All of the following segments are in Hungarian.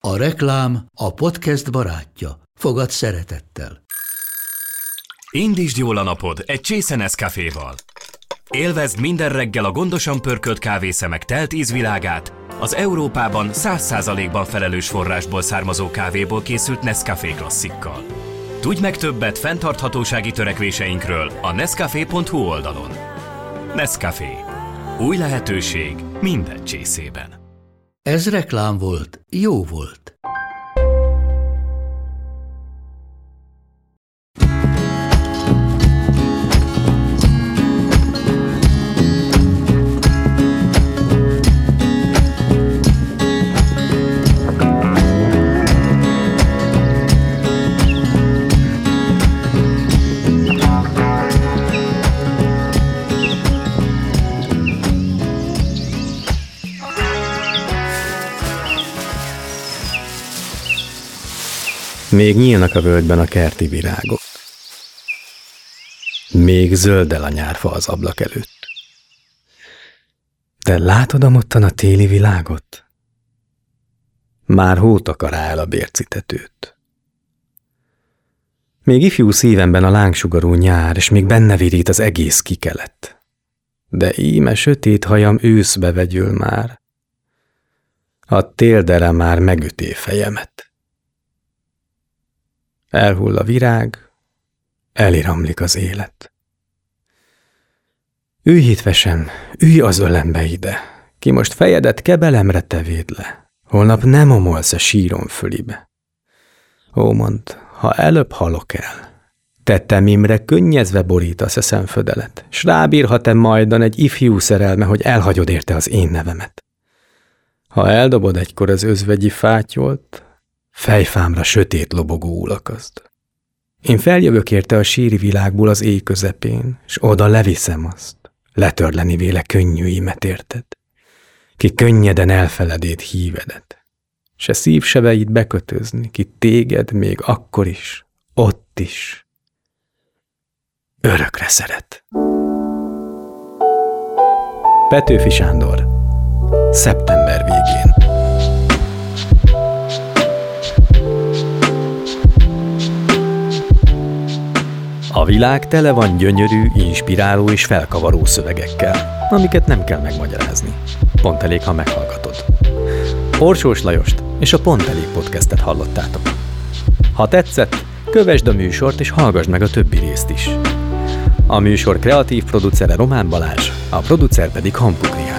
A reklám a podcast barátja. Fogad szeretettel. Indítsd jól a napod egy csésze Nescaféval. Élvezd minden reggel a gondosan pörkölt kávészemek telt ízvilágát, az Európában 100%-ban felelős forrásból származó kávéból készült Nescafé klasszikkal. Tudj meg többet fenntarthatósági törekvéseinkről a nescafé.hu oldalon. Nescafé. Új lehetőség minden csészében. Ez reklám volt, jó volt. Még nyílnak a völgyben a kerti virágok. Még zöldel a nyárfa az ablak előtt. Te látod amottan a téli világot? Már hót akar el a bércitetőt. Még ifjú szívemben a lángsugarú nyár, és még benne virít az egész kikelet. De íme sötét hajam őszbe vegyül már. A téldere már megüté fejemet. Elhull a virág, eliramlik az élet. Ülj hitvesen, ülj az ölembe ide, ki most fejedet kebelemre tevéd le, holnap nem omolsz-e sírom fölibe. Ó, mondd, ha előbb halok el, te temimre könnyezve borítasz a szemfödelet, s rábírhat-e majdan egy ifjú szerelme, hogy elhagyod érte az én nevemet. Ha eldobod egykor az özvegyi fátyolt, fejfámra sötét lobogó ulakazd. Én feljövök érte a síri világból az éj közepén, s oda leviszem azt, letörleni véle könnyűimet érted, ki könnyeden elfeledét hívedet, se szívseveit bekötözni, ki téged még akkor is, ott is, örökre szeret. Petőfi Sándor, szeptember végén. A világ tele van gyönyörű, inspiráló és felkavaró szövegekkel, amiket nem kell megmagyarázni. Pont elég, ha meghallgatod. Orsós Lajost és a Pont Elég podcastet hallottátok. Ha tetszett, kövesd a műsort és hallgassd meg a többi részt is. A műsor kreatív producere Román Balázs, a producer pedig Hampuk Richárd.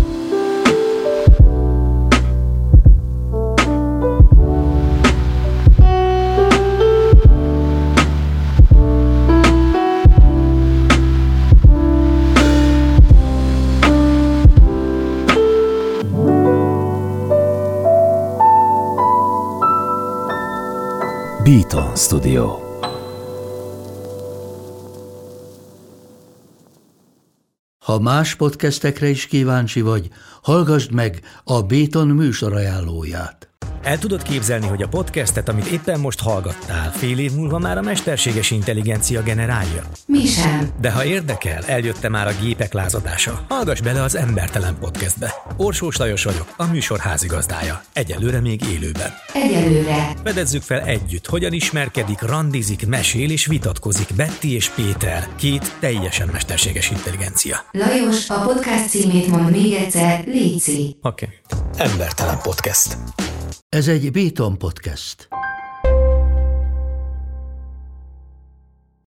Beaton Studio. Ha más podcastekre is kíváncsi vagy, hallgassd meg a Beaton műsorajánlóját. El tudod képzelni, hogy a podcastet, amit éppen most hallgattál, fél év múlva már a mesterséges intelligencia generálja? Mi sem. De ha érdekel, eljött már a gépek lázadása. Hallgass bele az Embertelen podcastbe. Orsós Lajos vagyok, a műsor házigazdája. Egyelőre még élőben. Egyelőre. Fedezzük fel együtt, hogyan ismerkedik, randizik, mesél és vitatkozik Betty és Péter, két teljesen mesterséges intelligencia. Lajos, a podcast címét mond még egyszer, léci. Oké. Embertelen podcast. Ez egy Beaton podcast.